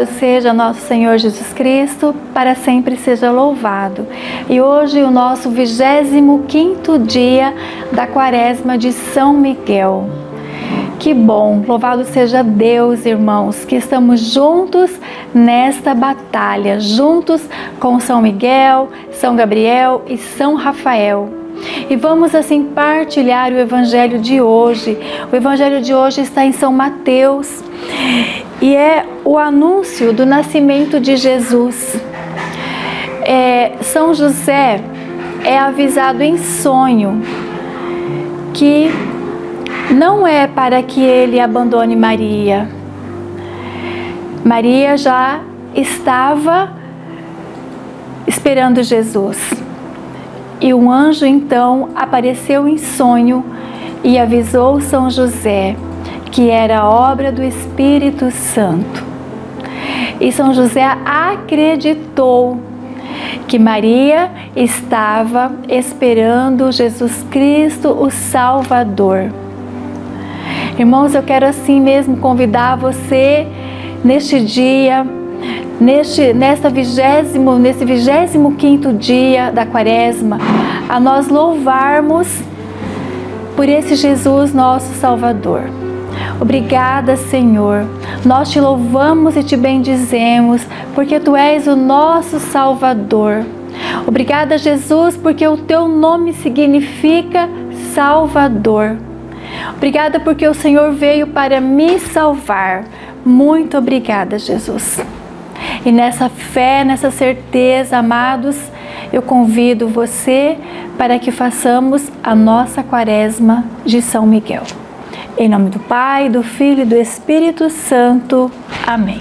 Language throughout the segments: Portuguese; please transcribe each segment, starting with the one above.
Louvado seja nosso Senhor Jesus Cristo, para sempre seja louvado. E hoje o nosso 25º dia da Quaresma de São Miguel. Que bom, louvado seja Deus, irmãos, que estamos juntos nesta batalha, juntos com São Miguel, São Gabriel e São Rafael. E vamos assim partilhar o Evangelho de hoje. O Evangelho de hoje está em São Mateus e é o anúncio do nascimento de Jesus. São José é avisado em sonho que não é para que ele abandone Maria. Maria já estava esperando Jesus. E um anjo então apareceu em sonho e avisou São José que era obra do Espírito Santo. E São José acreditou que Maria estava esperando Jesus Cristo, o Salvador. Irmãos, eu quero assim mesmo convidar você neste dia, nesse 25º dia da Quaresma, a nós louvarmos por esse Jesus, nosso Salvador. Obrigada, Senhor. Nós te louvamos e te bendizemos, porque Tu és o nosso Salvador. Obrigada, Jesus, porque o Teu nome significa Salvador. Obrigada porque o Senhor veio para me salvar. Muito obrigada, Jesus. E nessa fé, nessa certeza, amados, eu convido você para que façamos a nossa Quaresma de São Miguel. Em nome do Pai, do Filho e do Espírito Santo. Amém.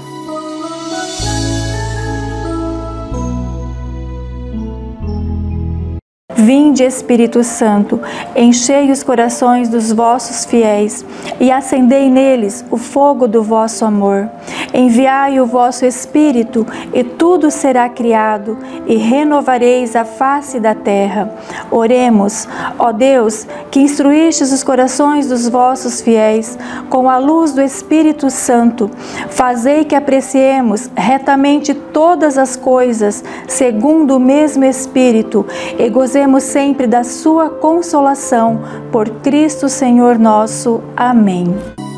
Vinde, Espírito Santo, enchei os corações dos vossos fiéis e acendei neles o fogo do vosso amor. Enviai o vosso Espírito e tudo será criado e renovareis a face da terra. Oremos, ó Deus, que instruístes os corações dos vossos fiéis com a luz do Espírito Santo. Fazei que apreciemos retamente todas as coisas segundo o mesmo Espírito e gozemos sempre da sua consolação, por Cristo Senhor nosso. Amém.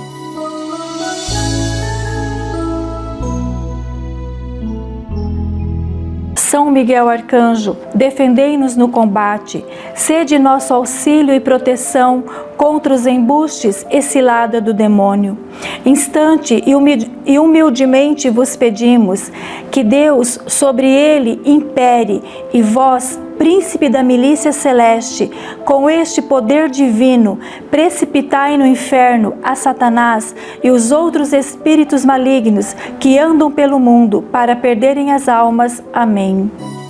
São Miguel Arcanjo, defendei-nos no combate, sede nosso auxílio e proteção contra os embustes e cilada do demônio. Instante e humildemente vos pedimos que Deus sobre ele impere e vós, Príncipe da milícia celeste, com este poder divino, precipitai no inferno a Satanás e os outros espíritos malignos que andam pelo mundo para perderem as almas. Amém.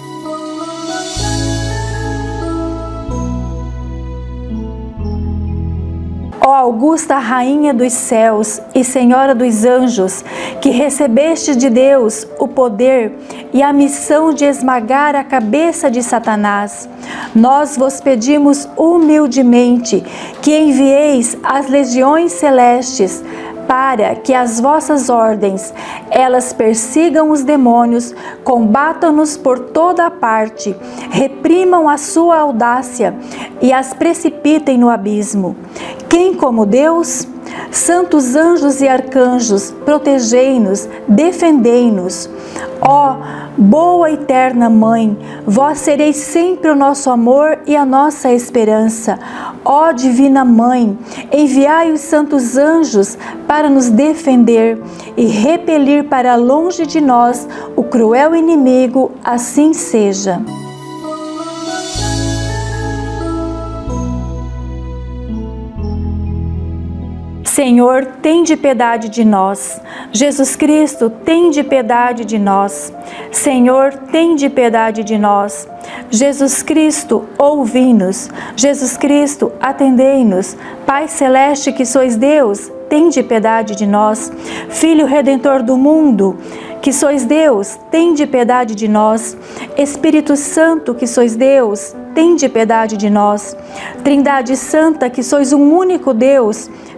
Ó augusta Rainha dos céus e Senhora dos anjos, que recebeste de Deus o poder e a missão de esmagar a cabeça de Satanás, nós vos pedimos humildemente que envieis as legiões celestes para que as vossas ordens, elas persigam os demônios, combatam-nos por toda a parte, reprimam a sua audácia e as precipitem no abismo. Quem como Deus? Santos anjos e arcanjos, protegei-nos, defendei-nos. Ó boa e eterna Mãe, vós sereis sempre o nosso amor e a nossa esperança. Ó Divina Mãe, enviai os santos anjos para nos defender e repelir para longe de nós o cruel inimigo, assim seja. Senhor, tende piedade de nós. Jesus Cristo, tende piedade de nós. Senhor, tende piedade de nós. Jesus Cristo, ouvi-nos. Jesus Cristo, atendei-nos. Pai celeste que sois Deus, tende piedade de nós. Filho Redentor do mundo, que sois Deus, tende piedade de nós. Espírito Santo, que sois Deus, tende piedade de nós. Trindade Santa, que sois um único Deus,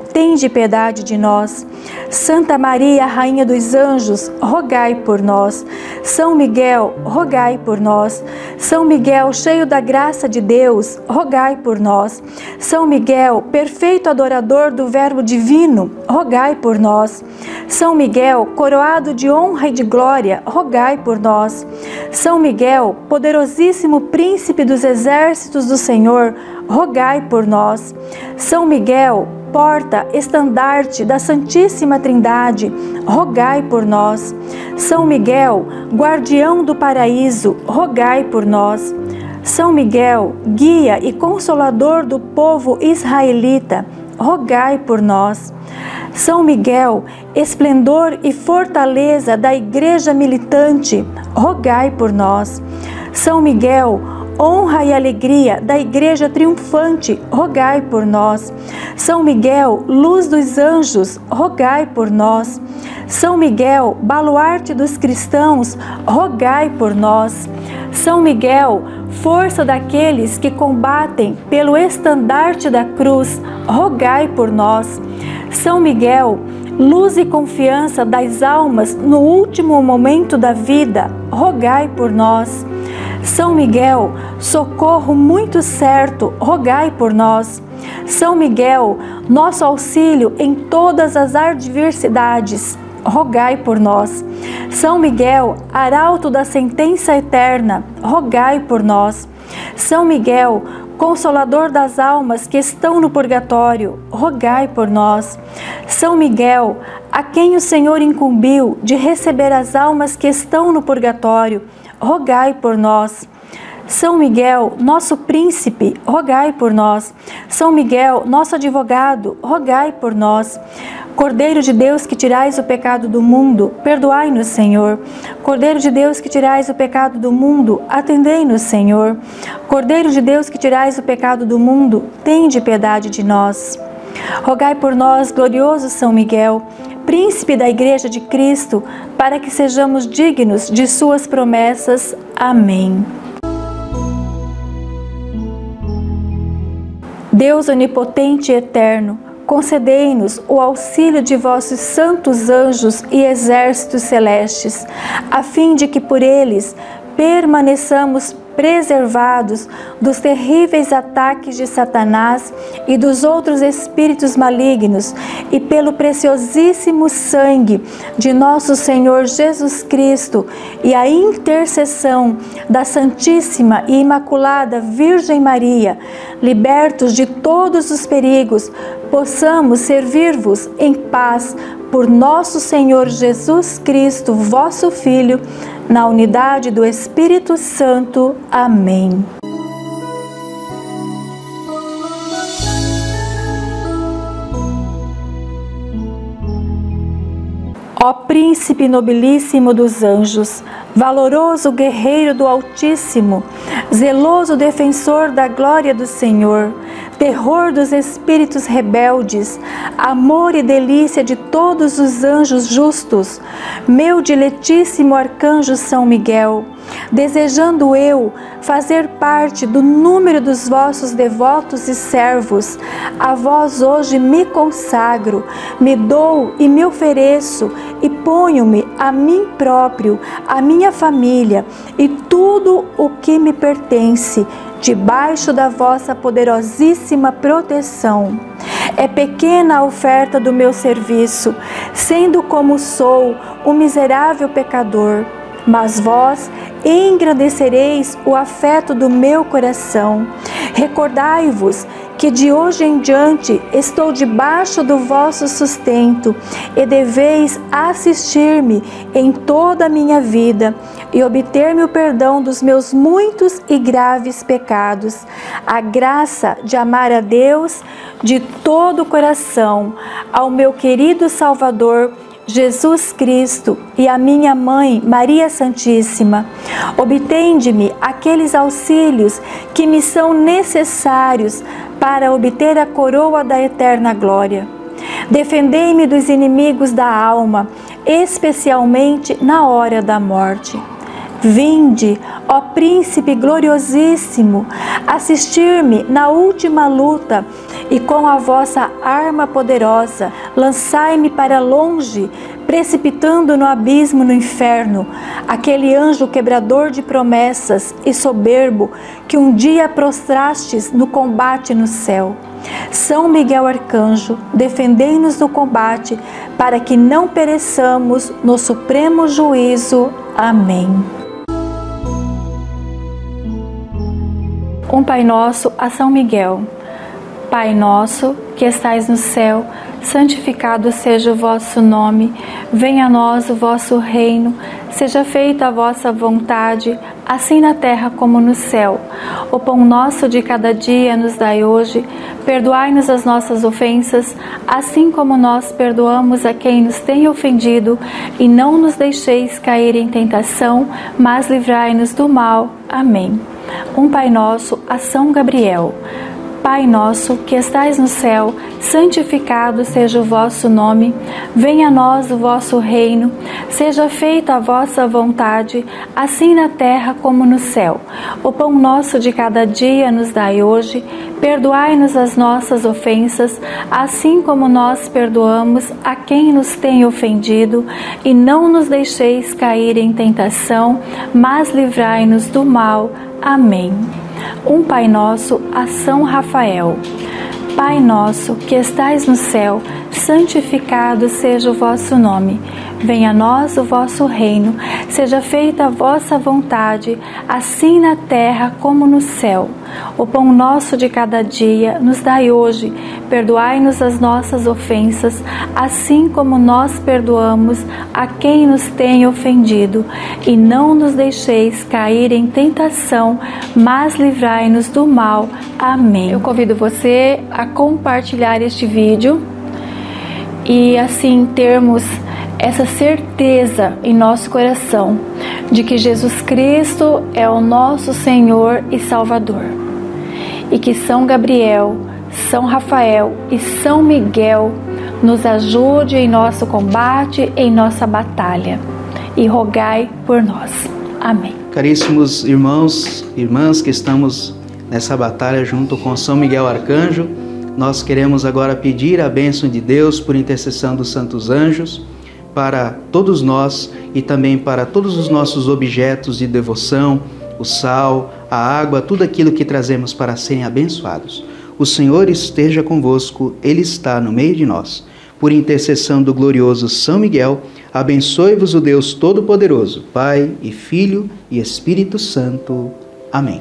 tende piedade de nós. Santa Maria, Rainha dos Anjos, rogai por nós. São Miguel, rogai por nós. São Miguel, cheio da graça de Deus, rogai por nós. São Miguel, perfeito adorador do Verbo divino, rogai por nós. São Miguel, coroado de honra e de glória, rogai por nós. São Miguel, poderosíssimo príncipe dos exércitos do Senhor, rogai por nós. São Miguel, porta, estandarte da Santíssima Trindade, rogai por nós. São Miguel, guardião do paraíso, rogai por nós. São Miguel, guia e consolador do povo israelita, rogai por nós. São Miguel, esplendor e fortaleza da Igreja militante, rogai por nós. São Miguel, honra e alegria da Igreja triunfante, rogai por nós. São Miguel, luz dos anjos, rogai por nós. São Miguel, baluarte dos cristãos, rogai por nós. São Miguel, força daqueles que combatem pelo estandarte da cruz, rogai por nós. São Miguel, luz e confiança das almas no último momento da vida, rogai por nós. São Miguel, socorro muito certo, rogai por nós. São Miguel, nosso auxílio em todas as adversidades, rogai por nós. São Miguel, arauto da sentença eterna, rogai por nós. São Miguel, consolador das almas que estão no purgatório, rogai por nós. São Miguel, a quem o Senhor incumbiu de receber as almas que estão no purgatório, rogai por nós. São Miguel, nosso príncipe, rogai por nós. São Miguel, nosso advogado, rogai por nós. Cordeiro de Deus que tirais o pecado do mundo, perdoai-nos, Senhor. Cordeiro de Deus que tirais o pecado do mundo, atendei-nos, Senhor. Cordeiro de Deus que tirais o pecado do mundo, tende piedade de nós. Rogai por nós, glorioso São Miguel, príncipe da Igreja de Cristo, para que sejamos dignos de suas promessas. Amém. Deus onipotente e eterno, concedei-nos o auxílio de vossos santos anjos e exércitos celestes, a fim de que por eles permaneçamos preservados dos terríveis ataques de Satanás e dos outros espíritos malignos, e pelo preciosíssimo sangue de nosso Senhor Jesus Cristo e a intercessão da Santíssima e Imaculada Virgem Maria, libertos de todos os perigos, possamos servir-vos em paz por nosso Senhor Jesus Cristo, vosso Filho, na unidade do Espírito Santo. Amém. Ó Príncipe nobilíssimo dos anjos, valoroso guerreiro do Altíssimo, zeloso defensor da glória do Senhor, terror dos espíritos rebeldes, amor e delícia de todos os anjos justos, meu diletíssimo arcanjo São Miguel, desejando eu fazer parte do número dos vossos devotos e servos, a vós hoje me consagro, me dou e me ofereço e ponho-me a mim próprio, a minha família e tudo o que me pertence, debaixo da vossa poderosíssima proteção. É pequena a oferta do meu serviço, sendo como sou um miserável pecador, mas vós engrandecereis o afeto do meu coração. Recordai-vos que de hoje em diante estou debaixo do vosso sustento e deveis assistir-me em toda a minha vida e obter-me o perdão dos meus muitos e graves pecados, a graça de amar a Deus de todo o coração, ao meu querido Salvador Jesus Cristo e a minha mãe Maria Santíssima. Obtende-me aqueles auxílios que me são necessários para obter a coroa da eterna glória. Defendei-me dos inimigos da alma, especialmente na hora da morte. Vinde, ó Príncipe gloriosíssimo, assistir-me na última luta e com a vossa arma poderosa lançai-me para longe, precipitando no abismo no inferno, aquele anjo quebrador de promessas e soberbo que um dia prostrastes no combate no céu. São Miguel Arcanjo, defendei-nos no combate, para que não pereçamos no supremo juízo. Amém. Um Pai Nosso a São Miguel. Pai nosso, que estais no céu, santificado seja o vosso nome. Venha a nós o vosso reino. Seja feita a vossa vontade, assim na terra como no céu. O pão nosso de cada dia nos dai hoje. Perdoai-nos as nossas ofensas, assim como nós perdoamos a quem nos tem ofendido. E não nos deixeis cair em tentação, mas livrai-nos do mal. Amém. Um Pai Nosso a São Gabriel. Pai nosso, que estais no céu, santificado seja o vosso nome. Venha a nós o vosso reino. Seja feita a vossa vontade, assim na terra como no céu. O pão nosso de cada dia nos dai hoje. Perdoai-nos as nossas ofensas, assim como nós perdoamos a quem nos tem ofendido. E não nos deixeis cair em tentação, mas livrai-nos do mal. Amém. Um Pai Nosso a São Rafael. Pai nosso, que estais no céu, santificado seja o vosso nome. Venha a nós o vosso reino. Seja feita a vossa vontade, assim na terra como no céu. O pão nosso de cada dia nos dai hoje. Perdoai-nos as nossas ofensas, assim como nós perdoamos a quem nos tem ofendido. E não nos deixeis cair em tentação, mas livrai-nos do mal. Amém. Eu convido você a compartilhar este vídeo e assim termos essa certeza em nosso coração de que Jesus Cristo é o nosso Senhor e Salvador, e que São Gabriel, São Rafael e São Miguel nos ajude em nosso combate, em nossa batalha, e rogai por nós. Amém. Caríssimos irmãos e irmãs que estamos nessa batalha junto com São Miguel Arcanjo, nós queremos agora pedir a bênção de Deus por intercessão dos santos anjos para todos nós e também para todos os nossos objetos de devoção, o sal, a água, tudo aquilo que trazemos para serem abençoados. O Senhor esteja convosco, Ele está no meio de nós. Por intercessão do glorioso São Miguel, abençoe-vos o Deus Todo-Poderoso, Pai e Filho e Espírito Santo. Amém.